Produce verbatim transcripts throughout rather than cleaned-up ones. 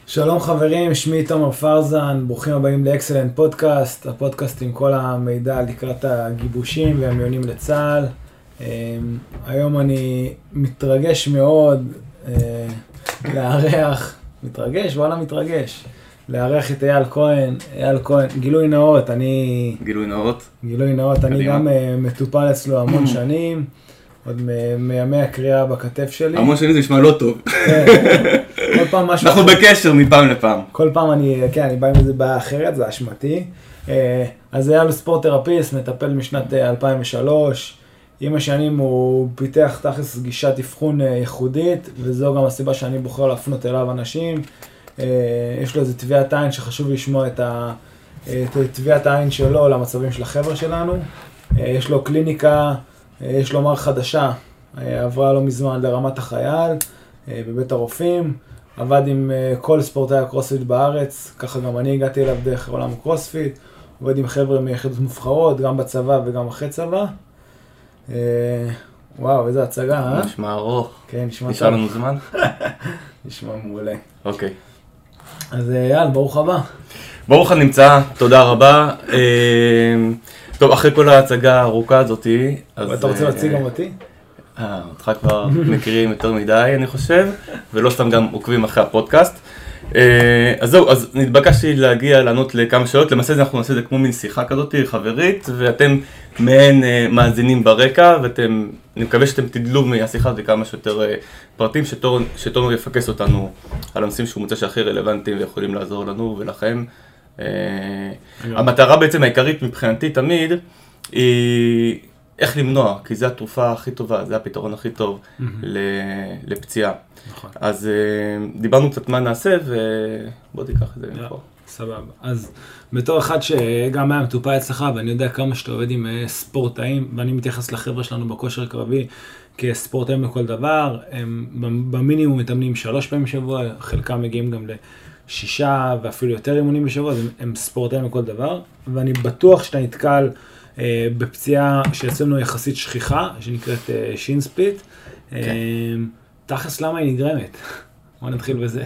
שלום חברים, שמי תומר פרזן, ברוכים הבאים לאקסלנט פודקאסט, הפודקאסט עם כל המידע לקראת הגיבושים והמיונים לצה"ל. היום אני מתרגש מאוד לארח, מתרגש וואלה מתרגש, לארח את אייל כהן, אייל כהן, גילוי נאות, אני... גילוי נאות? גילוי נאות, אני גם מטופל אצלו המון שנים, עוד מימי הקריאה בכתף שלי. המון שנים זה נשמע לא טוב. כל פעם משהו... אנחנו בקשר מפעם לפעם. כל פעם אני, כן, אני בא עם איזה בעיה אחרת, זה אשמתי. אז אייל ספורט תרפיסט, מטפל משנת אלפיים ושלוש. עם השנים הוא פיתח תכלס גישת אבחון ייחודית, וזו גם הסיבה שאני בוחר להפנות אליו אנשים. יש לו איזה טביעת עין שחשוב לשמוע את טביעת העין שלו למצבים של החבר'ה שלנו. יש לו קליניקה, יש לו מר חדשה, עברה לא מזמן לרמת החייל, בבית הרופאים. עבד עם כל ספורטאי הקרוספיט בארץ, ככה גם אני הגעתי אליו דרך עולם הקרוספיט. עובד עם חבר'ה מיחידות מובחרות, גם בצבא וגם אחרי צבא. וואו, איזה הצגה, אה? נשמע ארוך. כן, נשמע טוב. נשאר לנו זמן? נשמע מעולה. אוקיי. אז יאללה, ברוך הבא. ברוך הנמצא, תודה רבה. טוב, אחרי כל ההצגה הארוכה הזאתי, אז... אתה רוצה להציג גם אותי? אה, אותך כבר מכירים יותר מדי, אני חושב, ולא סתם גם עוקבים אחרי הפודקאסט. אז זהו, אז נתבקשתי להגיע לענות לכמה שאלות, למעשה אנחנו נעשה את זה כמו מין שיחה כזאת, חברית, ואתם מעין מאזינים ברקע, ואתם, אני מקווה שאתם תדלו מהשיחה הזאת כמה שיותר פרטים, שתומר יפקס אותנו על הנושאים שהוא מוצא שהכי רלוונטיים ויכולים לעזור לנו ולכם. המטרה בעצם העיקרית מבחינתי תמיד היא איך למנוע, כי זו התרופה הכי טובה, זה הפתרון הכי טוב לפציעה. אז דיברנו קצת מה נעשה, ובוא תיקח את זה מפה. סבבה. אז בתור אחד שגם היה מטופל אצלך, ואני יודע כמה שאתה עובד עם ספורטאים, ואני מתייחס לחבר'ה שלנו בכושר קרבי כספורטאים לכל דבר, הם במינימום מתאמנים שלוש פעמים בשבוע, חלקם מגיעים גם לשישה ואפילו יותר אימונים בשבוע, אז הם ספורטאים לכל דבר, ואני בטוח שאתה נתקל בפציעה שאצלנו יחסית שכיחה, שנקראת שין ספליט. תכלס למה היא נגרמת? בוא נתחיל בזה.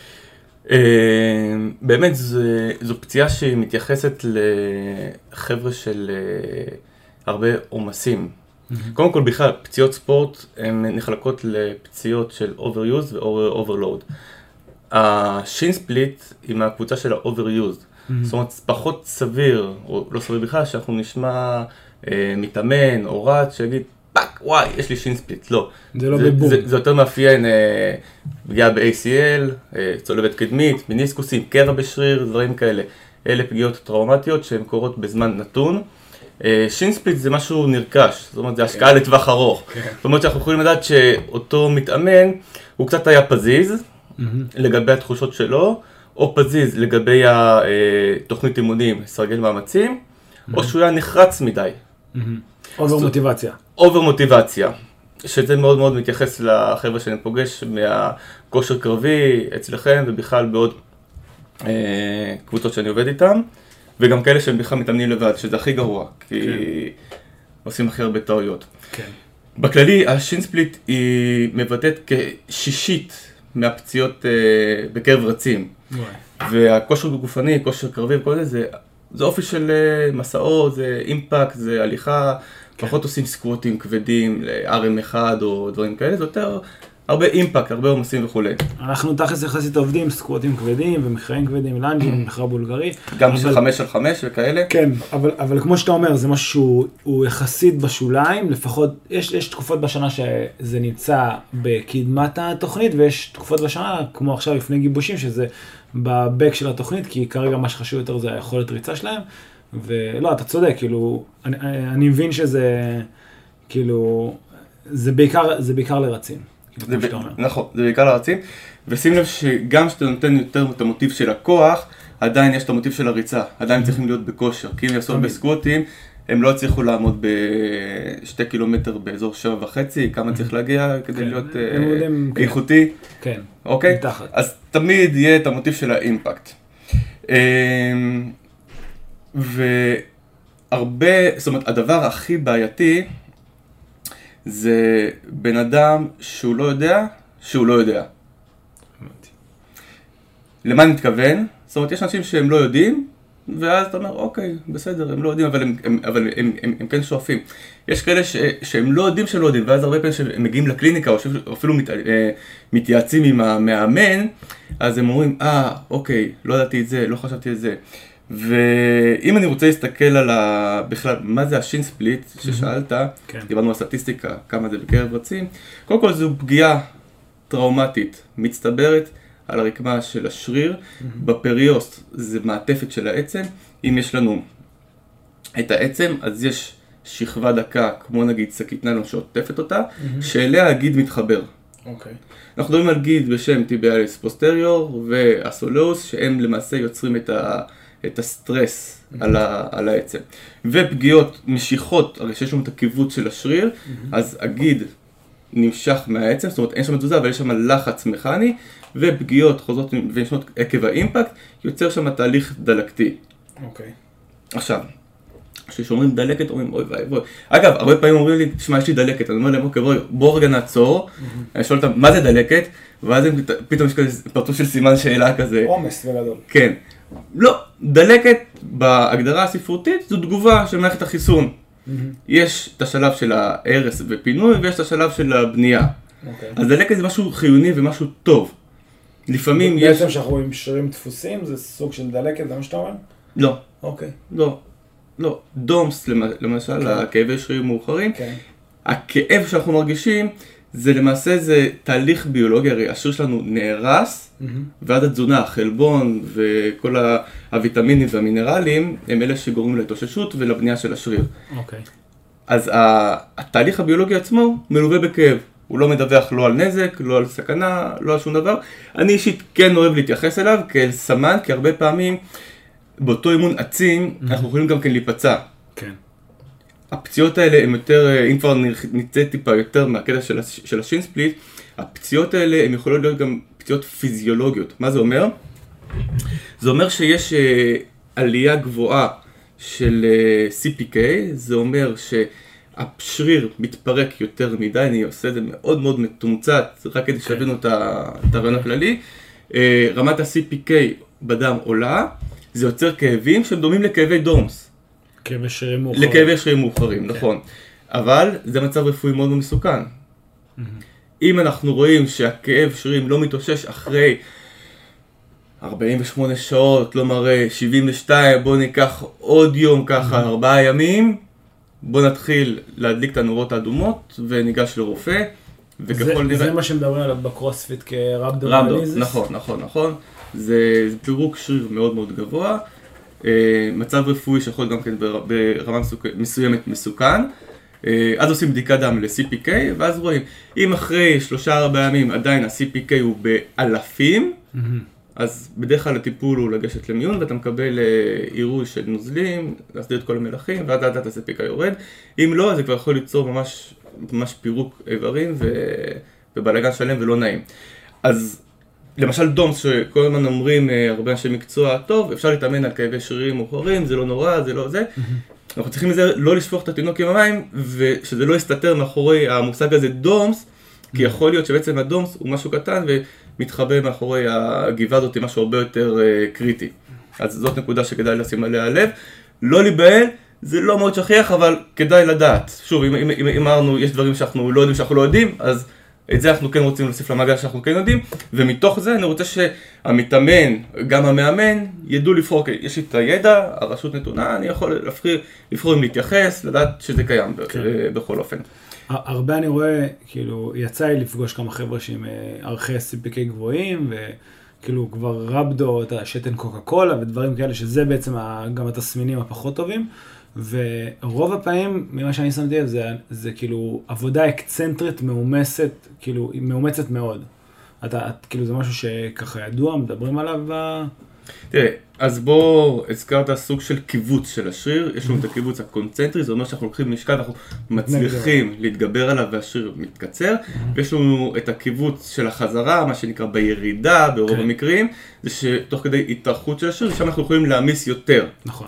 באמת זו פציעה שהיא מתייחסת לחבר'ה של הרבה עומסים. קודם כל בכלל, פציעות ספורט הן נחלקות לפציעות של overuse ו-overload. השין ספליט היא מהקבוצה של ה-overused. זאת אומרת, פחות סביר, או לא סביר בכלל, שאנחנו נשמע אה, מתאמן או רץ, שיגיד, פאק, וואי, יש לי שין ספליט. לא. זה לא בבום. זה, זה יותר מאפיין אה, פגיעה ב-איי סי אל, אה, צולבת קדמית, מיניסקוסים, קרע בשריר, דברים כאלה. אלה פגיעות טראומטיות שהן קורות בזמן נתון. אה, שין ספליט זה משהו נרכש, זאת אומרת, זה השקעה לטווח ארוך. זאת אומרת שאנחנו יכולים לדעת שאותו מתאמן, הוא קצת היה פזיז, לגבי התחושות שלו, או פזיז לגבי התוכנית אימונים, סרגל מאמצים, או שהוא היה נחרץ מדי. אובר מוטיבציה. אובר מוטיבציה, שזה מאוד מאוד מתייחס לחבר'ה שאני פוגש מהכושר קרבי אצלכם, ובכלל בעוד קבוצות שאני עובד איתם, וגם כאלה שהם בכלל מתאמנים לבד, שזה הכי גרוע, כי עושים הכי הרבה טעויות. בכללי, השין ספליט היא מבטאת כשישית מהפציעות בקרב רצים. והכושר גופני, כושר קרבי וכל זה, זה, זה אופי של מסעות, זה אימפקט, זה הליכה, פחות עושים סקווטים כבדים ל-אר אם אחד או דברים כאלה, זה יותר הרבה אימפקט, הרבה עומסים וכו'. אנחנו תכלס יחסית עובדים סקווטים כבדים ומחראים כבדים, לנג'ים, מחרה בולגרי. גם של חמש על חמש וכאלה? כן, אבל, אבל כמו שאתה אומר, זה משהו שהוא יחסית בשוליים, לפחות, יש, יש תקופות בשנה שזה נמצא בקדמת התוכנית, ויש תקופות בשנה, כמו עכשיו לפני גיבושים, שזה בבק של התוכנית, כי כרגע מה שחשוב יותר זה היכולת ריצה שלהם, ולא, אתה צודק, כאילו, אני, אני מבין שזה, כאילו, זה בעיקר, זה בעיקר לרצים. זה ב... נכון, זה בעיקר לרצים, ושים לב שגם שאתה נותן יותר את המוטיב של הכוח, עדיין יש את המוטיב של הריצה, עדיין צריכים להיות בכושר, כי אם יעשו בסקווטים, הם לא צריכו לעמוד בשתי קילומטר באזור שבע וחצי, כמה צריך להגיע כדי להיות איכותי. כן, אוקיי? אז תמיד יהיה את המוטיב של האימפקט. והרבה, זאת אומרת, הדבר הכי בעייתי, זה בן אדם שהוא לא יודע, שהוא לא יודע. למה אני מתכוון? זאת אומרת, יש אנשים שהם לא יודעים, ואז אתה אומר, אוקיי, בסדר, הם לא יודעים, אבל הם, הם, אבל הם, הם, הם כן שואפים. יש כאלה ש, שהם לא יודעים שהם לא יודעים, ואז הרבה פעמים שהם מגיעים לקליניקה, או אפילו מת, מתייעצים עם המאמן, אז הם אומרים, אה, אוקיי, לא ידעתי את זה, לא חשבתי את זה. ואם אני רוצה להסתכל על ה... בכלל, מה זה השין ספליט ששאלת, כן. דיברנו על סטטיסטיקה, כמה זה בקרב רצים, קודם כל זו פגיעה טראומטית מצטברת על הרקמה של השריר, בפריוסט זה מעטפת של העצם, אם יש לנו את העצם, אז יש שכבה דקה, כמו נגיד שקית ניילון שעוטפת אותה, שאליה הגיד מתחבר. אוקיי. אנחנו מדברים על גיד בשם טיביאליס פוסטריור והסולוס, שהם למעשה יוצרים את ה... את הסטרס mm-hmm. על, ה, על העצם. ופגיעות משיכות, הרי שיש לנו את הקיבוץ של השריר, mm-hmm. אז הגיד נמשך מהעצם, זאת אומרת אין שם תזוזה, אבל יש שם לחץ מכני, ופגיעות חוזרות ונשנות עקב האימפקט, יוצר שם תהליך דלקתי. אוקיי. Okay. עכשיו, כששומרים דלקת, אומרים אוי ואי ואי. אגב, הרבה פעמים אומרים לי, תשמע, יש לי דלקת, אני אומר להם, אוקיי, בוא, בוא רגע נעצור, mm-hmm. אני שואל אותם, מה זה דלקת? ואז הם, פתאום יש כזה פרצוף של סימן שאלה כזה. עומס וגדול. כן. לא, דלקת בהגדרה הספרותית זו תגובה של מערכת החיסון. Mm-hmm. יש את השלב של ההרס ופינוי ויש את השלב של הבנייה. Okay. אז דלקת זה משהו חיוני ומשהו טוב. לפעמים יש... בעצם שאנחנו עם שרירים דפוסים זה סוג של דלקת, זה מה שאתה אומר? לא. אוקיי. Okay. לא. לא. דומס למשל, okay. הכאבי שרירים מאוחרים. Okay. הכאב שאנחנו מרגישים זה למעשה זה תהליך ביולוגי, הרי השריר שלנו נהרס, mm-hmm. ועד התזונה, החלבון וכל הוויטמינים והמינרלים, הם אלה שגורמים להתאוששות ולבנייה של השריר. אוקיי. Okay. אז התהליך הביולוגי עצמו מלווה בכאב. הוא לא מדווח לא על נזק, לא על סכנה, לא על שום דבר. אני אישית כן אוהב להתייחס אליו כאל סמן, כי הרבה פעמים באותו אימון עצים, mm-hmm. אנחנו יכולים גם כן להיפצע. כן. Okay. הפציעות האלה הן יותר, אם כבר נצא טיפה יותר מהקטע של, של השין ספליט, הפציעות האלה הן יכולות להיות גם פציעות פיזיולוגיות. מה זה אומר? זה אומר שיש עלייה גבוהה של סי פי קיי, זה אומר שהשריר מתפרק יותר מדי, אני עושה את זה מאוד מאוד מתומצת, רק כדי שתבינו את הרעיון הכללי. רמת ה-סי פי קיי בדם עולה, זה יוצר כאבים שהם דומים לכאבי דורמס. כאבי שרירים מאוחרים. לכאבי שרירים מאוחרים, נכון. אבל זה מצב רפואי מאוד מסוכן. אם אנחנו רואים שהכאב שרירים לא מתאושש אחרי ארבעים ושמונה שעות, לא מראה שבעים ושתיים, בוא ניקח עוד יום ככה, ארבעה ימים, בוא נתחיל להדליק את הנורות האדומות וניגש לרופא. זה מה שמדברים עליו בקרוספיט כרבדומליזיס? נכון, נכון, נכון. זה פירוק שריר מאוד מאוד גבוה. מצב רפואי שיכול גם כן ברמה מסוימת מסוכן. אז עושים בדיקת דם ל-סי פי קיי, ואז רואים, אם אחרי שלושה ארבעה ימים עדיין ה-סי פי קיי הוא באלפים, אז בדרך כלל הטיפול הוא לגשת למיון, ואתה מקבל עירוי של נוזלים, להסדיר את כל המלחים, ואז עד ה-סי פי קיי יורד. אם לא, זה כבר יכול ליצור ממש, ממש פירוק איברים ובלגן שלם ולא נעים. אז למשל דומס, שכל הזמן אומרים הרבה אנשי מקצוע, טוב, אפשר להתאמן על כאבי שרירים מאוחרים, זה לא נורא, זה לא זה. אנחנו צריכים לזה לא לשפוך את התינוק עם המים, ושזה לא יסתתר מאחורי המושג הזה דומס, כי יכול להיות שבעצם הדומס הוא משהו קטן ומתחבא מאחורי הגבעה הזאת, משהו הרבה יותר קריטי. אז זאת נקודה שכדאי לשים עליה לב. לא להיבהל, זה לא מאוד שכיח, אבל כדאי לדעת. שוב, אם, אם, אם אמרנו, יש דברים שאנחנו לא יודעים שאנחנו לא יודעים, אז את זה אנחנו כן רוצים להוסיף למעגל שאנחנו כן יודעים, ומתוך זה אני רוצה שהמתאמן, גם המאמן, ידעו לבחור, יש לי את הידע, הרשות נתונה, אני יכול לבחור, לבחור אם להתייחס, לדעת שזה קיים כן. בכל אופן. הרבה אני רואה, כאילו, יצא לי לפגוש כמה חבר'ה שהם ערכי סי פי קיי גבוהים, וכאילו כבר רבדו, את השתן קוקה קולה ודברים כאלה, שזה בעצם גם התסמינים הפחות טובים. ורוב הפעמים, ממה שאני שמתי לב, זה, זה כאילו עבודה אקצנטרית מאומצת, כאילו, מאומצת מאוד. אתה, את, כאילו, זה משהו שככה ידוע, מדברים עליו ב... תראה, אז בוא, הזכרת סוג של קיבוץ של השריר, יש לנו את הקיבוץ הקונצנטרי, זה אומר שאנחנו לוקחים משקל, אנחנו מצליחים להתגבר עליו והשריר מתקצר, ויש לנו את הקיבוץ של החזרה, מה שנקרא בירידה, ברוב המקרים, זה שתוך כדי התארכות של השריר, שם אנחנו יכולים להמיס יותר. נכון.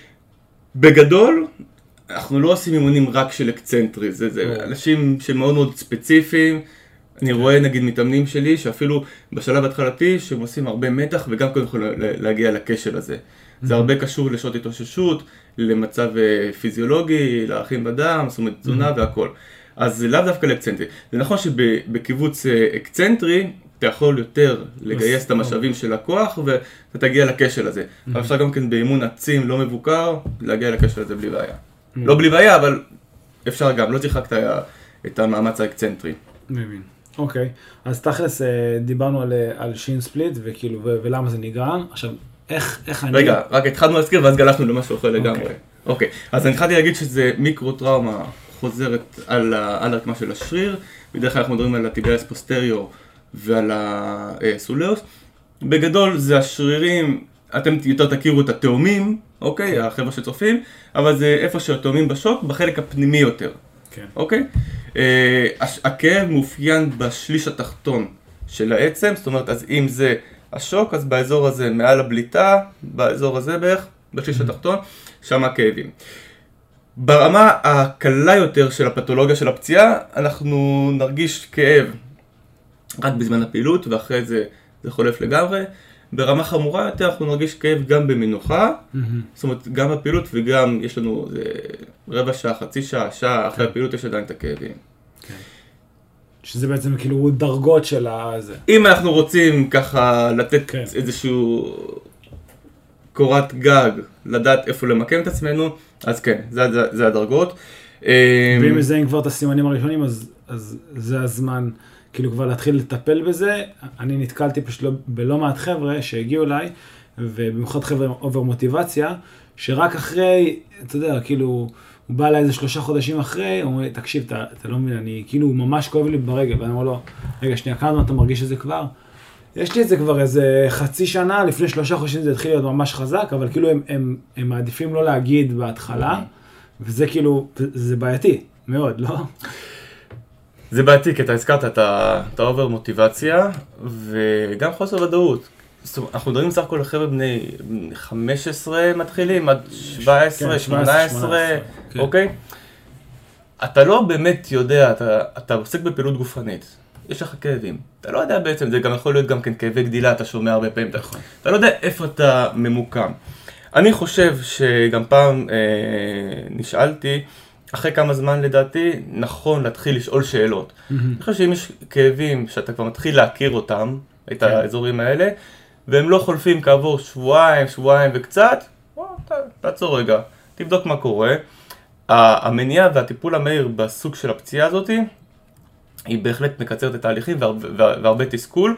בגדול, אנחנו לא עושים אימונים רק של אקצנטרי, זה, זה אנשים שמאוד מאוד ספציפיים, אני רואה נגיד מתאמנים שלי שאפילו בשלב התחלתי שהם עושים הרבה מתח וגם כאן יכולים להגיע לכשל הזה. זה הרבה קשור לשעות התאוששות, למצב פיזיולוגי, לערכים בדם, זאת אומרת תזונה והכל. אז זה לאו דווקא לאקצנטרי. זה נכון שבקיבוץ אקצנטרי אתה יכול יותר לגייס את המשאבים של הכוח ואתה תגיע לכשל הזה. אבל אפשר גם כן באימון עצים לא מבוקר להגיע לכשל הזה בלי בעיה. לא בלי בעיה, אבל אפשר גם, לא צריך רק את המאמץ האקצנטרי. מבין. אוקיי, אז תכלס דיברנו על, על שין ספליט וכאילו, ו- ולמה זה נגרם. עכשיו, איך, איך אני... רגע, רק התחלנו להזכיר ואז גלשנו למשהו אחר לגמרי. אוקיי, אז אני התחלתי להגיד שזה מיקרו-טראומה חוזרת על, על הרקמה של השריר. בדרך כלל אנחנו מדברים על הטיביאליס פוסטריור ועל הסולאוס. בגדול זה השרירים, אתם יותר תכירו את התאומים, אוקיי, החבר'ה שצופים, אבל זה איפה שהתאומים בשוק, בחלק הפנימי יותר. כן. אוקיי? הכאב מאופיין בשליש התחתון של העצם, זאת אומרת, אז אם זה השוק, אז באזור הזה, מעל הבליטה, באזור הזה בערך, בשליש התחתון, שם הכאבים. ברמה הקלה יותר של הפתולוגיה של הפציעה, אנחנו נרגיש כאב רק בזמן הפעילות, ואחרי זה זה חולף לגמרי. ברמה חמורה יותר אנחנו נרגיש כאב גם במנוחה, mm-hmm. זאת אומרת גם בפעילות וגם יש לנו זה, רבע שעה, חצי שעה, שעה, אחרי הפעילות יש עדיין את הכאבים. כן. שזה בעצם כאילו דרגות של הזה. אם אנחנו רוצים ככה לתת כן. איזשהו קורת גג, לדעת איפה למקם את עצמנו, אז כן, זה, זה, זה הדרגות. ואם מזהים כבר את הסימנים הראשונים, אז, אז זה הזמן כאילו כבר להתחיל לטפל בזה. אני נתקלתי פשוט לא, בלא מעט חבר'ה שהגיעו אליי, ובמיוחד חבר'ה אובר מוטיבציה, שרק אחרי, אתה יודע, כאילו, הוא בא אליי איזה שלושה חודשים אחרי, הוא אומר לי, תקשיב, אתה, אתה לא מבין, אני כאילו ממש כואב לי ברגל, ואני אומר לו, רגע, שנייה, כמה אתה מרגיש את זה כבר? יש לי את זה כבר איזה חצי שנה, לפני שלושה חודשים זה התחיל להיות ממש חזק, אבל כאילו הם, הם, הם מעדיפים לא להגיד בהתחלה, וזה כאילו, זה בעייתי, מאוד, לא? זה בעייתי, כי אתה הזכרת את האובר מוטיבציה, וגם חוסר ודאות. אנחנו מדברים סך הכל לחבר'ה בני חמש עשרה מתחילים, עד שבע עשרה, שמונה עשרה, אוקיי? אתה לא באמת יודע, אתה, אתה עוסק בפעילות גופנית, יש לך כאבים. אתה לא יודע בעצם, זה גם יכול להיות גם כן כאבי גדילה, אתה שומע הרבה פעמים, אתה, אתה לא יודע איפה אתה ממוקם. אני חושב שגם פעם אה, נשאלתי, אחרי כמה זמן לדעתי, נכון להתחיל לשאול שאלות. Mm-hmm. אני חושב שאם יש כאבים שאתה כבר מתחיל להכיר אותם, את כן. האזורים האלה, והם לא חולפים כעבור שבועיים, שבועיים וקצת, בוא, ת, תעצור רגע, תבדוק מה קורה. המניעה והטיפול המהיר בסוג של הפציעה הזאת, היא בהחלט מקצרת את התהליכים והרבה, והרבה תסכול,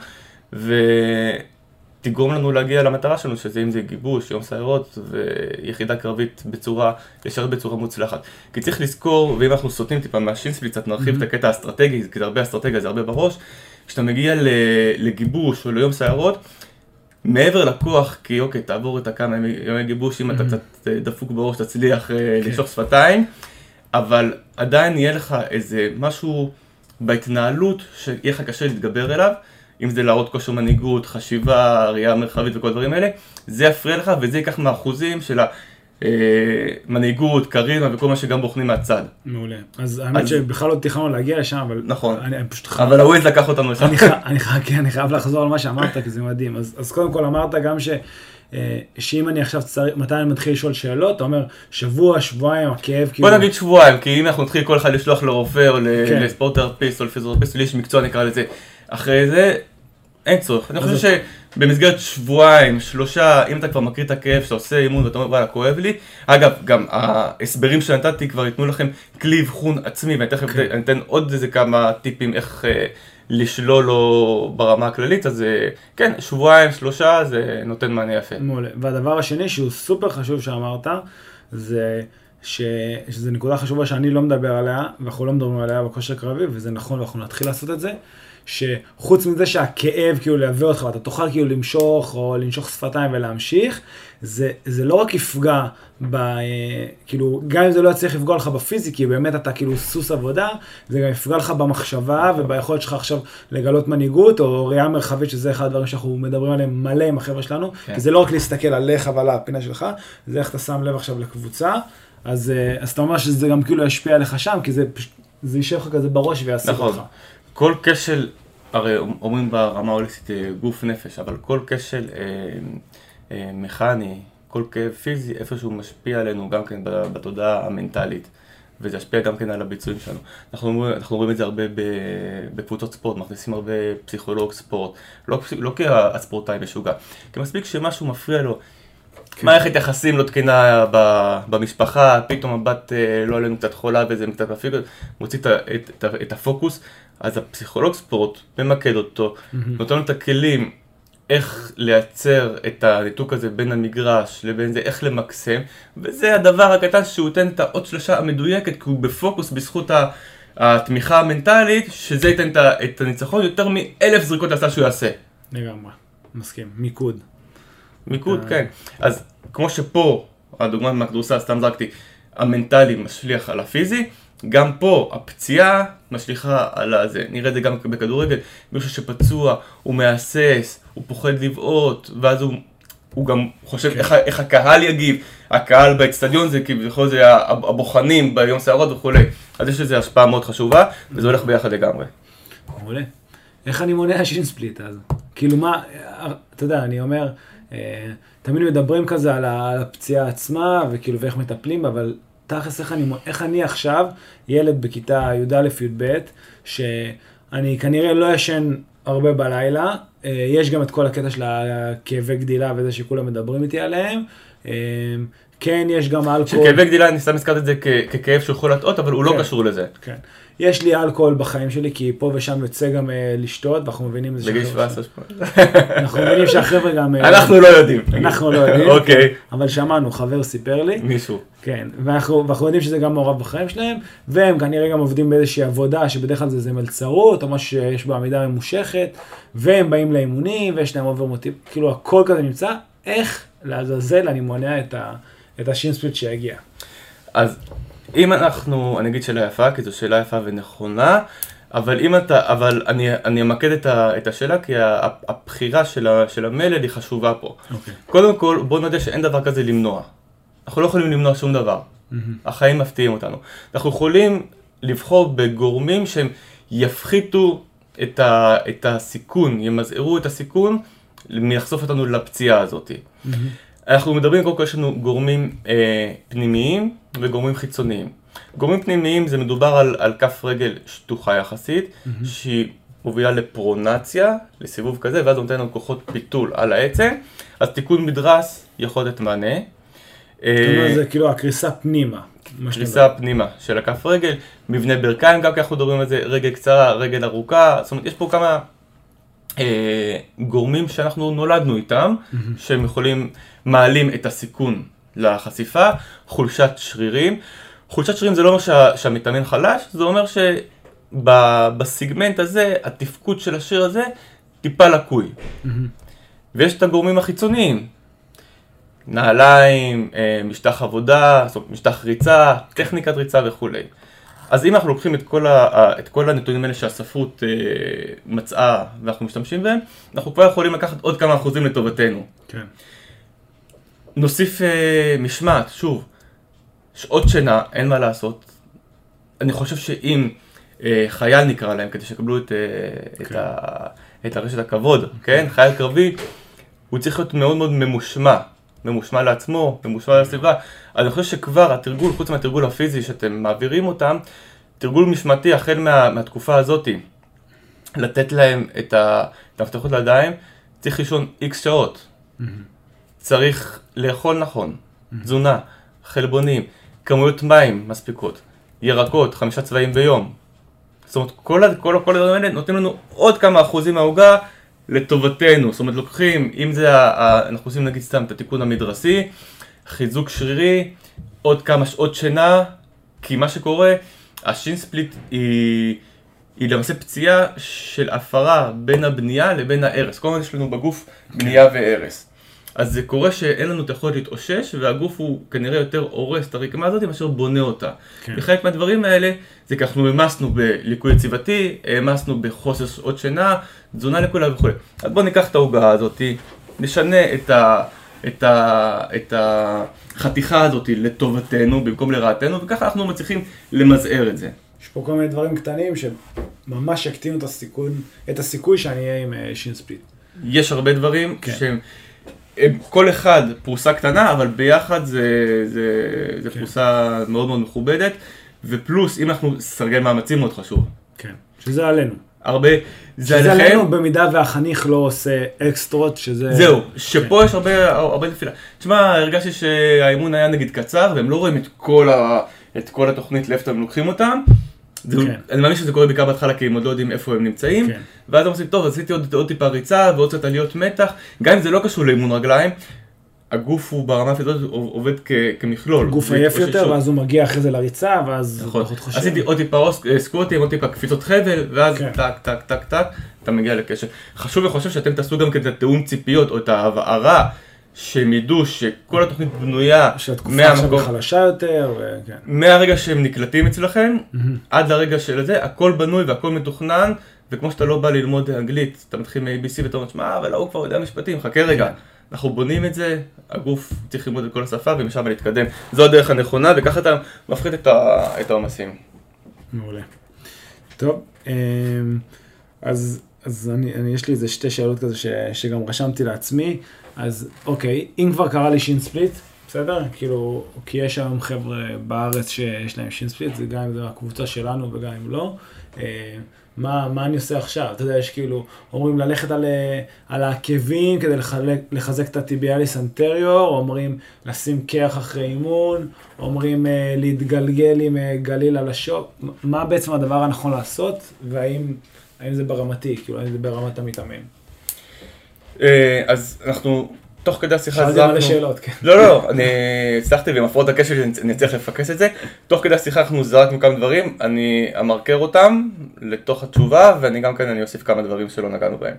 ותגרום לנו להגיע למטרה שלנו, שזה אם זה גיבוש, יום סיירות ויחידה קרבית בצורה, לשרת בצורה מוצלחת. כי צריך לזכור, ואם אנחנו סוטים טיפה מהשינספלי, קצת נרחיב mm-hmm. את הקטע האסטרטגי, כי זה הרבה אסטרטגיה, זה הרבה בראש, כשאתה מגיע לגיבוש או ליום סיירות, מעבר לכוח, כי אוקיי, תעבור את הכמה ימי גיבוש, אם אתה קצת דפוק בראש, תצליח לשוך שפתיים, אבל עדיין יהיה לך איזה משהו בהתנהלות שיהיה לך קשה להתגבר אליו, אם זה להראות כושר מנהיגות, חשיבה, ראייה מרחבית וכל דברים האלה, זה יפריע לך וזה ייקח מהאחוזים של המנהיגות, קריזמה וכל מה שגם בוחנים מהצד. מעולה. אז האמת שבכלל לא תכננו להגיע לשם, אבל... נכון. אבל הווייז לקח אותנו לשם. אני חייב לחזור על מה שאמרת, כי זה מדהים. אז קודם כל אמרת גם ש... שאם אני עכשיו צריך, מתי אני מתחיל לשאול שאלות, אתה אומר שבוע, שבועיים, הכאב כאילו... בוא נגיד שבועיים, כי אם אנחנו נתחיל כל אחד לשלוח לרופא או לספורטרפיסט או לפיזיותרפיסט, לי יש מקצוע נקרא לזה, אחרי זה אין צורך. אני חושב שבמסגרת שבועיים, שלושה, אם אתה כבר מכיר את הכאב שאתה עושה אימון ואתה אומר, וואלה, כואב לי. אגב, גם ההסברים שנתתי כבר ייתנו לכם כלי אבחון עצמי, ואני אתן עוד איזה כמה טיפים איך לשלול לו ברמה הכללית, אז כן, שבועיים, שלושה, זה נותן מענה יפה. מעולה. והדבר השני שהוא סופר חשוב שאמרת, זה ש... שזה נקודה חשובה שאני לא מדבר עליה, ואנחנו לא מדברים עליה בכושר קרבי, וזה נכון, ואנחנו נתחיל לעשות את זה, שחוץ מזה שהכאב כאילו להביא אותך, ואתה תוכל כאילו למשוך או לנשוך שפתיים ולהמשיך, זה, זה לא רק יפגע, ב, כאילו, גם אם זה לא יצליח לפגוע לך בפיזי, כי באמת אתה כאילו סוס עבודה, זה גם יפגע לך במחשבה וביכולת שלך עכשיו לגלות מנהיגות, או ראייה מרחבית, שזה אחד הדברים שאנחנו מדברים עליהם מלא עם החבר'ה שלנו, כן. כי זה לא רק להסתכל עליך ועל הפינה שלך, זה איך אתה שם לב עכשיו לקבוצה, אז, אז אתה אומר שזה גם כאילו ישפיע עליך שם, כי זה, זה יישב לך כזה בראש ויעשה נכון. לך. כל כשל, הרי אומרים ברמה הוליסטית גוף נפש, אבל כל כשל אה, אה, מכני, כל כאב פיזי, איפשהו משפיע עלינו גם כן בתודעה המנטלית, וזה ישפיע גם כן על הביצועים שלנו. אנחנו, אנחנו רואים את זה הרבה בקבוצות ספורט, מכניסים הרבה פסיכולוג ספורט, לא, לא כי הספורטאי משוגע, כי מספיק שמשהו מפריע לו, כן. מערכת יחסים לא תקינה במשפחה, פתאום הבת לא עלינו קצת חולה וזה קצת מפיק, מוציא את, את, את הפוקוס, אז הפסיכולוג ספורט ממקד אותו, mm-hmm. נותן לו את הכלים, איך לייצר את הניתוק הזה בין המגרש לבין זה, איך למקסם, וזה הדבר הקטן שהוא ייתן את האות שלושה המדויקת, כי הוא בפוקוס בזכות התמיכה המנטלית, שזה ייתן את הניצחון יותר מאלף זריקות לסל שהוא יעשה. לגמרי, מסכים, מיקוד. מיקוד, כן. אז כמו שפה, הדוגמה מהכדורסל, סתם זרקתי, המנטלי משליח על הפיזי, גם פה הפציעה משליחה על הזה. נראה את זה גם בכדורגל, מישהו שפצוע, הוא מהסס, הוא פוחד לבעוט, ואז הוא, הוא גם חושב איך, איך הקהל יגיב. הקהל באצטדיון זה כביכול זה הבוחנים ביום סערות וכו'. אז יש לזה השפעה מאוד חשובה, וזה הולך ביחד לגמרי. מעולה. איך אני מונע שין ספליט אז? כאילו מה, אתה יודע, אני אומר, תמיד מדברים כזה על הפציעה עצמה, וכאילו ואיך מטפלים, אבל תכלס איך אני, איך אני עכשיו, ילד בכיתה י"א י"ב, שאני כנראה לא ישן הרבה בלילה, יש גם את כל הקטע של הכאבי גדילה וזה שכולם מדברים איתי עליהם, כן, יש גם אלכוהול. שכאבי גדילה, אני סתם הזכרתי את זה ככאב שיכול להטעות, אבל הוא לא קשור לזה. כן. יש לי אלכוהול בחיים שלי, כי פה ושם יוצא גם לשתות, ואנחנו מבינים את זה. בגיל שבע עשרה. אנחנו מבינים שהחבר'ה גם... אנחנו לא יודעים. אנחנו לא יודעים. אוקיי. אבל שמענו, חבר סיפר לי. מישהו. כן, ואנחנו יודעים שזה גם מעורב בחיים שלהם, והם כנראה גם עובדים באיזושהי עבודה, שבדרך כלל זה מלצרות, או משהו שיש בו עמידה ממושכת, והם באים לאימונים, ויש להם עובר מוטיב, כאילו הכל כזה נמצא, איך לעזאזל אני מונע את ה... את השין ספליט שהגיע. אז אם אנחנו, אני אגיד שאלה יפה, כי זו שאלה יפה ונכונה, אבל אם אתה, אבל אני, אני אמקד את, ה, את השאלה, כי הבחירה של, ה, של המלד היא חשובה פה. Okay. קודם כל, בואו נדע שאין דבר כזה למנוע. אנחנו לא יכולים למנוע שום דבר. Mm-hmm. החיים מפתיעים אותנו. אנחנו יכולים לבחור בגורמים שהם יפחיתו את, ה, את הסיכון, ימזערו את הסיכון, מלחשוף אותנו לפציעה הזאת. Mm-hmm. אנחנו מדברים, קודם כל יש לנו גורמים אה, פנימיים וגורמים חיצוניים. גורמים פנימיים זה מדובר על, על כף רגל שטוחה יחסית, mm-hmm. שהיא מובילה לפרונציה, לסיבוב כזה, ואז נותן לנו כוחות פיתול על העצם, אז תיקון מדרס יכול לתת מענה. אה, זה כאילו הקריסה פנימה. קריסה פנימה של הכף רגל, מבנה ברכיים, גם כי אנחנו מדברים על זה, רגל קצרה, רגל ארוכה, זאת אומרת, יש פה כמה אה, גורמים שאנחנו נולדנו איתם, mm-hmm. שהם יכולים... מעלים את הסיכון לחשיפה, חולשת שרירים. חולשת שרירים זה לא אומר שה, שהמתאמן חלש, זה אומר שבסגמנט הזה, התפקוד של השריר הזה טיפה לקוי. Mm-hmm. ויש את הגורמים החיצוניים, נעליים, משטח עבודה, משטח ריצה, טכניקת ריצה וכו'. אז אם אנחנו לוקחים את כל, ה, את כל הנתונים האלה שהספרות מצאה ואנחנו משתמשים בהם, אנחנו כבר יכולים לקחת עוד כמה אחוזים לטובתנו. כן. נוסיף אה, משמעת, שוב, שעות שינה, אין מה לעשות. אני חושב שאם אה, חייל נקרא להם, כדי שיקבלו את, אה, כן. את, ה, את הרשת הכבוד, כן? חייל קרבי, הוא צריך להיות מאוד מאוד ממושמע, ממושמע לעצמו, ממושמע לסביבה. אז אני חושב שכבר התרגול, חוץ מהתרגול הפיזי שאתם מעבירים אותם, תרגול משמעתי החל מה, מהתקופה הזאת, לתת להם את המפתחות לידיים, צריך לישון איקס שעות. Mm-hmm. צריך לאכול נכון, תזונה, חלבונים, כמויות מים מספיקות, ירקות, חמישה צבעים ביום. זאת אומרת, כל, כל, כל הדברים האלה נותנים לנו עוד כמה אחוזים מההוגה לטובתנו. זאת אומרת, לוקחים, אם זה, אנחנו עושים נגיד סתם את התיקון המדרסי, חיזוק שרירי, עוד כמה שעות שינה, כי מה שקורה, השין ספליט היא, היא למעשה פציעה של הפרה בין הבנייה לבין הערס. כל הזמן יש לנו בגוף בנייה וערס. אז זה קורה שאין לנו את היכולת להתאושש, והגוף הוא כנראה יותר הורס את הרקמה הזאת, מאשר בונה אותה. כן. וחלק מהדברים האלה, זה כי אנחנו המסנו בליקוי יציבתי, המסנו בחוסר שעות שינה, תזונה לכולה וכו'. אז בואו ניקח את ההוגה הזאת, נשנה את, ה, את, ה, את החתיכה הזאת לטובתנו, במקום לרעתנו, וככה אנחנו מצליחים למזער את זה. יש פה כל מיני דברים קטנים ממש יקטינו את הסיכוי, את הסיכוי שאני אהיה עם שין ספליט. יש הרבה דברים כן. שהם, הם, כל אחד פרוסה קטנה, אבל ביחד זה, זה, זה כן. פרוסה מאוד מאוד מכובדת, ופלוס, אם אנחנו סרגל מאמצים מאוד חשוב. כן, שזה עלינו. הרבה, זה שזה עליכם. עלינו במידה והחניך לא עושה אקסטרות, שזה... זהו, שפה כן. יש הרבה, הרבה נפילה. תשמע, הרגשתי שהאימון היה נגיד קצר, והם לא רואים את כל, ה, את כל התוכנית לאיפה הם לוקחים אותם. זה, כן. אני מאמין שזה קורה בעיקר בהתחלה, כי הם עוד לא יודעים איפה הם נמצאים. כן. ואז הם עושים, טוב, עשיתי עוד, עוד טיפה ריצה, ועוד קצת עליות מתח. גם אם זה לא קשור לאימון רגליים, הגוף הוא ברמה הפיזית עובד כ, כמכלול. גוף עייף יותר, ואז הוא מגיע אחרי זה לריצה, ואז נכון. פחות חושב. עשיתי עוד טיפה סקווטים, עוד טיפה קפיצות חבל, ואז כן. טק, טק, טק, טק, אתה מגיע לקשר. חשוב וחושב שאתם תעשו גם כדי תאום ציפיות, או את ההבהרה, שהם ידעו שכל התוכנית בנויה שהתקופה עכשיו חלשה יותר, וכן. מהרגע שהם נקלטים אצלכם, עד לרגע של זה, הכל בנוי והכל מתוכנן, וכמו שאתה לא בא ללמוד אנגלית, אתה מתחיל מ-איי בי סי ואתה אומר, מה, אבל הוא כבר יודע משפטים, חכה רגע. אנחנו בונים את זה, הגוף צריך ללמוד את כל השפה ומשם להתקדם. זו הדרך הנכונה, וככה אתה מפחית את העומסים. מעולה. טוב, אז, אז אני, אני, יש לי איזה שתי שאלות כזה ש, שגם רשמתי לעצמי. אז אוקיי, אם כבר קרה לי שין ספליט, בסדר? כאילו, כי יש היום חבר'ה בארץ שיש להם שין ספליט, זה גם אם זה הקבוצה שלנו וגם אם לא. מה, מה אני עושה עכשיו? אתה יודע, יש כאילו, אומרים ללכת על, על העקבים כדי לחלק, לחזק את הטיביאליס אנטריור, אומרים לשים כח אחרי אימון, אומרים אה, להתגלגל עם אה, גליל על השוק. מה בעצם הדבר הנכון לעשות, והאם האם זה ברמתי, כאילו, האם זה ברמת המתאמן? אז אנחנו, תוך כדי השיחה זרקנו... שאלתי מלא שאלות, כן. לא, לא, אני הצלחתי ועם הפרעות הקשב שאני אצליח לפקס את זה. תוך כדי השיחה אנחנו זרקנו כמה דברים, אני אמרקר אותם לתוך התשובה, ואני גם כאן אני אוסיף כמה דברים שלא נגענו בהם.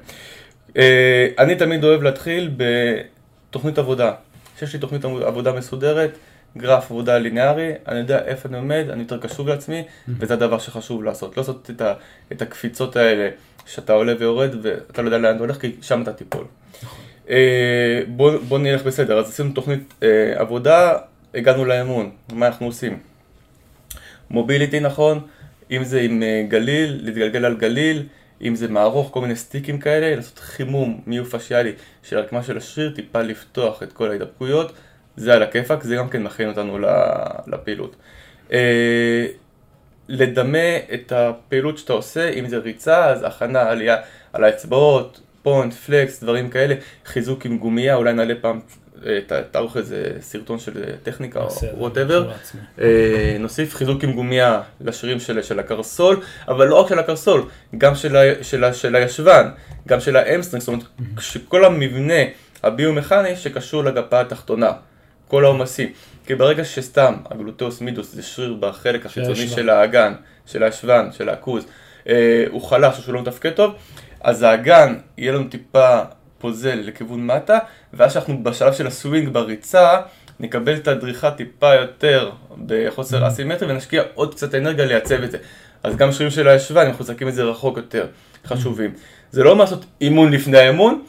אני תמיד אוהב להתחיל בתוכנית עבודה. שיש לי תוכנית עבודה מסודרת, גרף עבודה ליניארי, אני יודע איפה אני עומד, אני יותר קשוב לעצמי, וזה הדבר שחשוב לעשות. לא לעשות את, ה, את הקפיצות האלה שאתה עולה ויורד, ואתה לא יודע לאן אתה הולך, כי שם אתה תיפול. אה, בוא, בוא נלך בסדר, אז עשינו תוכנית אה, עבודה, הגענו לאמון, מה אנחנו עושים? מוביליטי נכון, אם זה עם אה, גליל, להתגלגל על גליל, אם זה מערוך, כל מיני סטיקים כאלה, לעשות חימום מיופשיאלי של הרקמה של השריר, טיפה לפתוח את כל ההידבקויות, זה על הכיפק, זה גם כן מכין אותנו לפעילות. אה, לדמה את הפעילות שאתה עושה, אם זה ריצה, אז הכנה, עלייה על האצבעות, פונט, פלקס, דברים כאלה, חיזוק עם גומיה, אולי נעלה פעם, תערוך איזה סרטון של טכניקה או whatever. נוסיף חיזוק עם גומיה לשרירים של, של הקרסול, אבל לא רק של הקרסול, גם של, ה, של, ה, של הישבן, גם של האמסטרינג, זאת אומרת, שכל המבנה הביומכני שקשור לגפה התחתונה, כל העומסים. כי ברגע שסתם הגלוטאוס מידוס זה שריר בחלק החיצוני של האגן, של הישבן, של העכוז, הוא חלש או שהוא לא מתפקד טוב, אז האגן יהיה לנו טיפה פוזל לכיוון מטה, ואז שאנחנו בשלב של הסווינג בריצה, נקבל את הדריכה טיפה יותר בחוסר אסימטרי, ונשקיע עוד קצת אנרגיה לייצב את זה. אז גם שרירים של הישבן, אנחנו חוזקים את זה רחוק יותר, חשובים. זה לא לעשות אימון לפני האימון,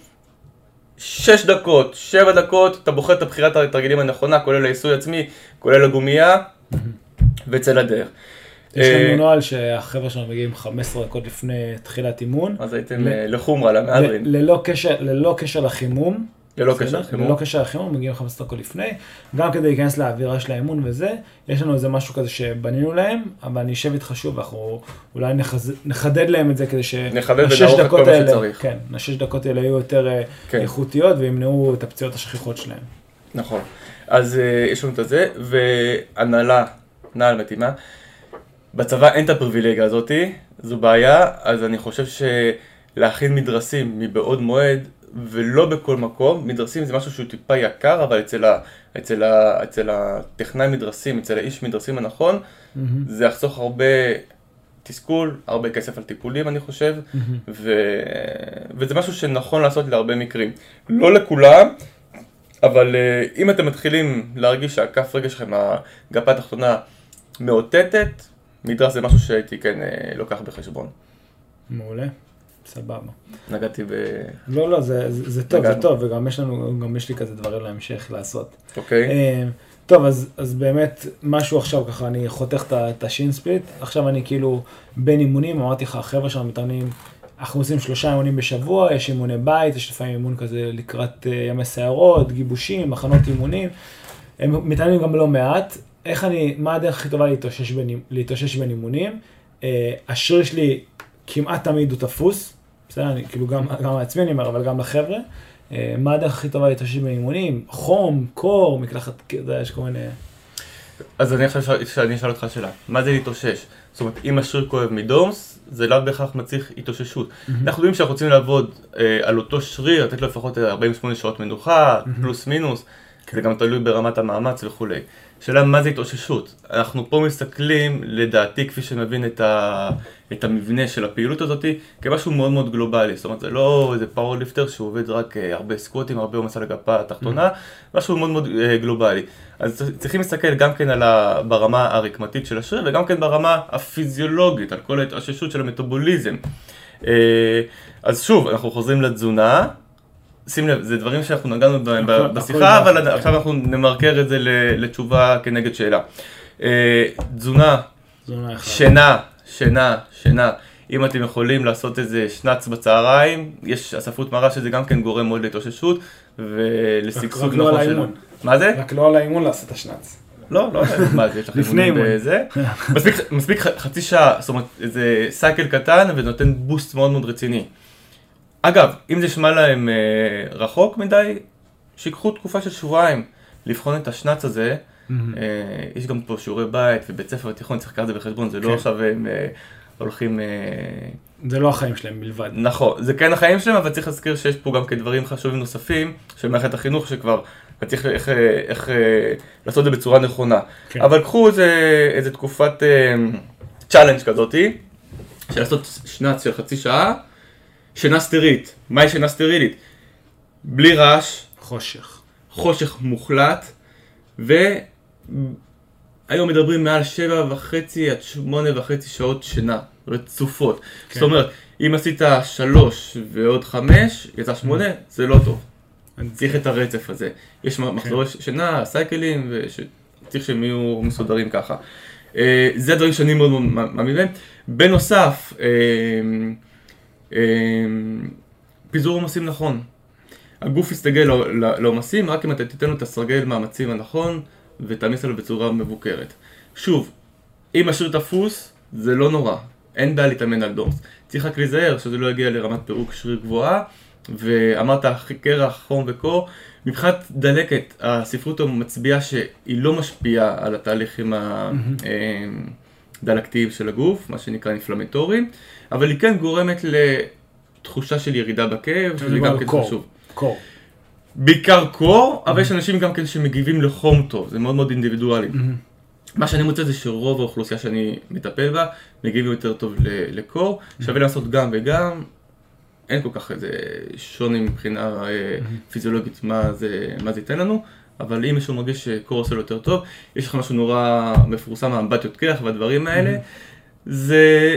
שש דקות, שבע דקות, אתה בוחר את הבחירת התרגילים הנכונה, כולל העיסוי עצמי, כולל הגומייה, וצא לדרך. יש לנו נועל שהחבר'ה שלנו מגיעים חמש עשרה דקות לפני תחילת אימון. אז הייתם לחומרה, למהדרין. ללא קשר לחימום. ללא קשר לחימום. ללא קשר לחימום, מגיעים חמש עשרה דקות לפני. גם כדי להיכנס לאווירה של האימון וזה, יש לנו איזה משהו כזה שבנינו להם, אבל אני אשב איתך שוב, אנחנו אולי נחדד להם את זה כדי שהשש דקות האלה, כן, השש דקות האלה יהיו יותר איכותיות וימנעו את הפציעות השכיחות שלהם. נכון. אז יש לנו את זה, והנהלה, נעל מתאימה. בצבא אין את הפריבילגיה הזאת, זו בעיה, אז אני חושב שלהכין מדרסים מבעוד מועד, ולא בכל מקום, מדרסים זה משהו שהוא טיפה יקר, אבל אצל, ה, אצל, ה, אצל הטכנאי מדרסים, אצל האיש מדרסים הנכון, mm-hmm. זה יחסוך הרבה תסכול, הרבה כסף על טיפולים אני חושב, mm-hmm. ו, וזה משהו שנכון לעשות להרבה מקרים. לא לכולם, אבל אם אתם מתחילים להרגיש שהכף רגע שלכם, הגפה התחתונה מאותתת, מדרס זה משהו שהייתי כן לוקח בחשבון. מעולה, סבבה. נגעתי ב... לא, לא, זה, זה טוב, זה טוב, וגם יש לנו, גם יש לי כזה דברים להמשך לעשות. אוקיי. טוב, אז, אז באמת, משהו עכשיו ככה, אני חותך את השין ספליט, עכשיו אני כאילו בין אימונים, אמרתי לך, החבר'ה שלנו מתאמנים, אנחנו עושים שלושה אימונים בשבוע, יש אימוני בית, יש לפעמים אימון כזה לקראת ימי סערות, גיבושים, מחנות אימונים, הם מתאמנים גם לא מעט, איך אני, מה הדרך הכי טובה להתאושש בין, להתאושש בין אימונים? השריר שלי כמעט תמיד הוא תפוס, בסדר, אני כאילו גם, גם לעצמי אני אומר, אבל גם לחבר'ה, מה הדרך הכי טובה להתאושש בין אימונים? חום, קור, מקלחת, יש כל מיני... אז אני עכשיו שאני אשאל אותך שאלה, מה זה להתאושש? זאת אומרת, אם השריר כואב מדורס, זה לאו בהכרח מצריך התאוששות. אנחנו יודעים שאנחנו רוצים לעבוד על אותו שריר, לתת לו לפחות ארבעים ושמונה שעות מנוחה, פלוס מינוס, זה גם תלוי ברמת המאמץ וכולי. שאלה, מה זה התאוששות? אנחנו פה מסתכלים, לדעתי, כפי שמבין את, ה... את המבנה של הפעילות הזאת, כמשהו מאוד מאוד גלובלי. זאת אומרת, זה לא איזה פאורליפטר שהוא עובד רק הרבה סקווטים, הרבה עומס על הגפה התחתונה, משהו מאוד מאוד גלובלי. אז צריכים להסתכל גם כן על ה... ברמה הרקמתית של השריר, וגם כן ברמה הפיזיולוגית, על כל ההתאוששות של המטאבוליזם. אז שוב, אנחנו חוזרים לתזונה, שים לב, זה דברים שאנחנו נגענו בהם בשיחה, אבל עכשיו אנחנו נמרקר את זה לתשובה כנגד שאלה. תזונה, שינה, שינה, שינה. אם אתם יכולים לעשות איזה שנץ בצהריים, יש הספרות מראה שזה גם כן גורם מאוד להתאוששות ולשגשוג נכון שינה. מה זה? רק לא על האימון לעשות את השנץ. לא, לא, מה זה, יש לך אימונים בזה. מספיק חצי שעה, זאת אומרת, איזה סייקל קטן ונותן בוסט מאוד מאוד רציני. אגב, אם זה שמע להם אה, רחוק מדי, שיקחו תקופה של שבועיים לבחון את השנץ הזה. Mm-hmm. אה, יש גם פה שיעורי בית ובית ספר ותיכון, צריך לקחת את זה בחשבון, זה כן. לא עכשיו הם אה, הולכים... אה... זה לא החיים שלהם בלבד. נכון, זה כן החיים שלהם, אבל צריך להזכיר שיש פה גם כדברים חשובים נוספים של מערכת החינוך שכבר צריך איך, איך, איך אה, לעשות את זה בצורה נכונה. כן. אבל קחו איזה, איזה תקופת אה, צ'אלנג' כזאתי, של לעשות שנץ של חצי שעה, שינה סטרילית. מהי שינה סטרילית? בלי רעש. חושך. חושך מוחלט. והיום מדברים מעל שבע וחצי עד שמונה וחצי שעות שינה רצופות. כן. זאת אומרת, אם עשית שלוש ועוד חמש, יצא שמונה, mm. זה לא טוב. אני צריך את הרצף הזה. יש כן. מחזורי שינה, סייקלים, וצריך שהם יהיו מסודרים ככה. זה הדברים שאני מאוד מאוד מאמין בהם. בנוסף, פיזור עומסים נכון. הגוף יסתגל לעומסים רק אם אתה תיתן לו את הסרגל מאמצים הנכון ותעמיס עליו בצורה מבוקרת. שוב, אם השריר תפוס, זה לא נורא. אין בעיה להתאמן על דורס. צריך רק להיזהר שזה לא יגיע לרמת פירוק שריר גבוהה, ואמרת קרח, חום וקור. מבחינת דלקת, הספרות מצביעה שהיא לא משפיעה על התהליכים הדלקתיים של הגוף, מה שנקרא אינפלמטוריים, אבל היא כן גורמת לתחושה של ירידה בכאב, שזה גם כן חשוב. קור. בעיקר קור, אבל יש אנשים גם כן שמגיבים לחום טוב, זה מאוד מאוד אינדיבידואלי. מה שאני מוצא זה שרוב האוכלוסייה שאני מטפל בה, מגיבים יותר טוב לקור, שווה לעשות גם וגם, אין כל כך איזה שוני מבחינה פיזיולוגית מה זה, מה זה ייתן לנו, אבל אם מישהו מרגיש שקור עושה לו יותר טוב, יש לך משהו נורא מפורסם, האמבטיות קרח והדברים האלה, זה...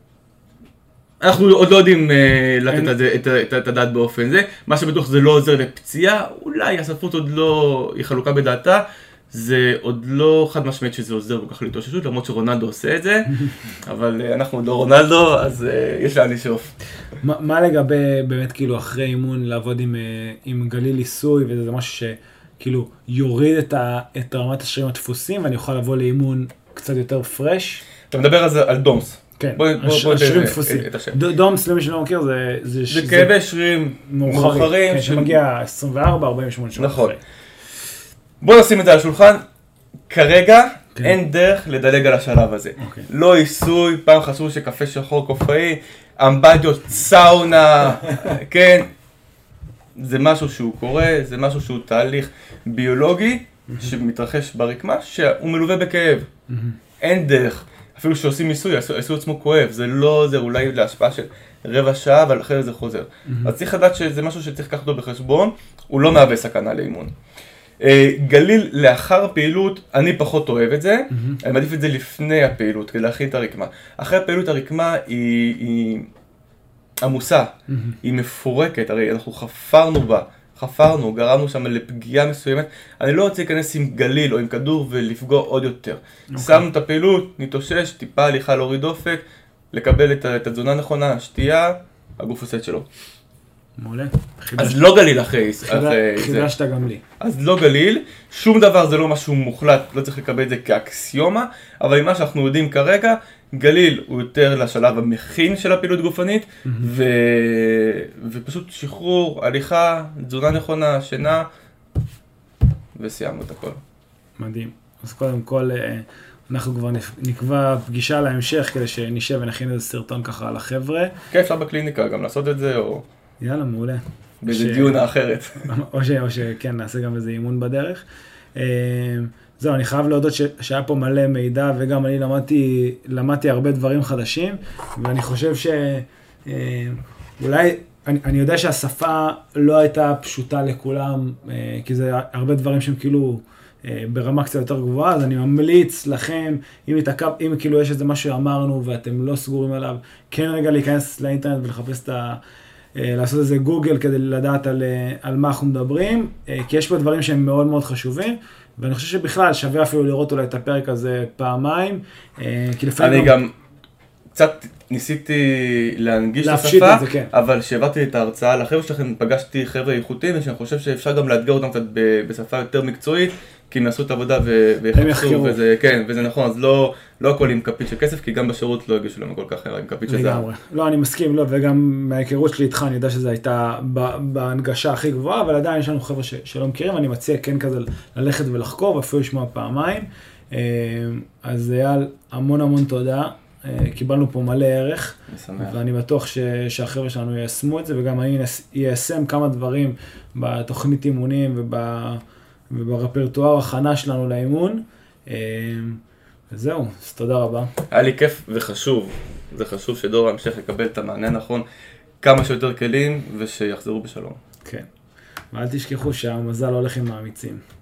אנחנו עוד לא יודעים לתת את הדעת באופן זה, מה שבטוח זה לא עוזר לפציעה, אולי הספרות עוד לא, היא חלוקה בדעתה, זה עוד לא חד משמעית שזה עוזר כל כך להתאוששות, למרות שרונלדו עושה את זה, אבל אנחנו עוד לא רונלדו, אז יש לאן לשאוף. מה לגבי באמת כאילו אחרי אימון לעבוד עם גליל עיסוי, וזה משהו שכאילו יוריד את רמת השרירים הדפוסים, ואני אוכל לבוא לאימון קצת יותר פרש? אתה מדבר על דומס. כן, השרירים דפוסים. דומס, למי שלא מכיר, זה... זה כאבי שרירים מאוחרים. שמגיע עשרים וארבע ארבעים ושמונה שעות. נכון. בוא נשים את זה על השולחן. כרגע אין דרך לדלג על השלב הזה. לא עיסוי, פעם חשבו שקפה שחור קופאי, אמבטיות, סאונה, כן. זה משהו שהוא קורה, זה משהו שהוא תהליך ביולוגי שמתרחש ברקמה, שהוא מלווה בכאב. אין דרך. אפילו שעושים עיסוי, העיסוי עצמו כואב, זה לא, זה אולי להשפעה של רבע שעה, אבל אחרי זה חוזר. אז צריך לדעת שזה משהו שצריך לקחת אותו בחשבון, הוא לא מהווה סכנה לאימון. גליל לאחר פעילות, אני פחות אוהב את זה, אני מעדיף את זה לפני הפעילות, כדי להכין את הרקמה. אחרי הפעילות הרקמה היא עמוסה, היא מפורקת, הרי אנחנו חפרנו בה חפרנו, גרמנו שם לפגיעה מסוימת, אני לא רוצה להיכנס עם גליל או עם כדור ולפגוע עוד יותר. Okay. שמנו את הפעילות, נתאושש, טיפה הליכה להוריד דופק, לקבל את, את התזונה הנכונה, שתייה, הגוף עושה את שלו. מעולה. אז לא גליל אחרי זה. חידשת גם לי. אז לא גליל, שום דבר זה לא משהו מוחלט, לא צריך לקבל את זה כאקסיומה, אבל מה שאנחנו יודעים כרגע, גליל הוא יותר לשלב המכין של הפעילות גופנית, ו... ופשוט שחרור, הליכה, תזונה נכונה, שינה, וסיימנו את הכל. מדהים. אז קודם כל, אנחנו כבר נקבע פגישה להמשך, כדי שנשב ונכין איזה סרטון ככה על החבר'ה. כן, אפשר בקליניקה גם לעשות את זה, או... יאללה, מעולה. באיזה דיונה אחרת. או ש... או שכן, נעשה גם איזה אימון בדרך. זהו, אני חייב להודות ש... שהיה פה מלא מידע, וגם אני למדתי, למדתי הרבה דברים חדשים, ואני חושב ש... אולי, אני, אני יודע שהשפה לא הייתה פשוטה לכולם, כי זה הרבה דברים שהם כאילו ברמה קצת יותר גבוהה, אז אני ממליץ לכם, אם, יתעקב, אם כאילו יש איזה משהו שאמרנו ואתם לא סגורים עליו, כן רגע להיכנס לאינטרנט ולחפש את ה... לעשות איזה גוגל כדי לדעת על, על מה אנחנו מדברים, כי יש פה דברים שהם מאוד מאוד חשובים, ואני חושב שבכלל שווה אפילו לראות אולי את הפרק הזה פעמיים, כי לפעמים... אני גם קצת ניסיתי להנגיש את השפה, כן. אבל כשהעברתי את ההרצאה לחבר'ה שלכם, פגשתי חבר'ה איכותיים, שאני חושב שאפשר גם לאתגר אותם קצת בשפה יותר מקצועית, כי הם יעשו את העבודה ויחפשו, וזה, כן, וזה נכון, אז לא, לא הכל עם כפית של כסף, כי גם בשירות לא הגישו להם כל כך עם כפית של זהב. לא, אני מסכים, לא, וגם מההיכרות שלי איתך, אני יודע שזה הייתה בהנגשה הכי גבוהה, אבל עדיין יש לנו חבר'ה ש, שלא מכירים, אני מציע כן כזה ללכת ולחקור, ואפילו לשמוע פעמיים. אז אייל, המון המון תודה. קיבלנו פה מלא ערך, ואני בטוח ש, שהחבר'ה שלנו יישמו את זה, וגם אני יישם כמה דברים בתוכנית אימונים וב... וברפרטואר הכנה שלנו לאימון. וזהו, אז תודה רבה. היה לי כיף וחשוב, זה חשוב שדור ההמשך יקבל את המענה נכון, כמה שיותר כלים ושיחזרו בשלום. כן, ואל תשכחו שהמזל הולך עם האמיצים.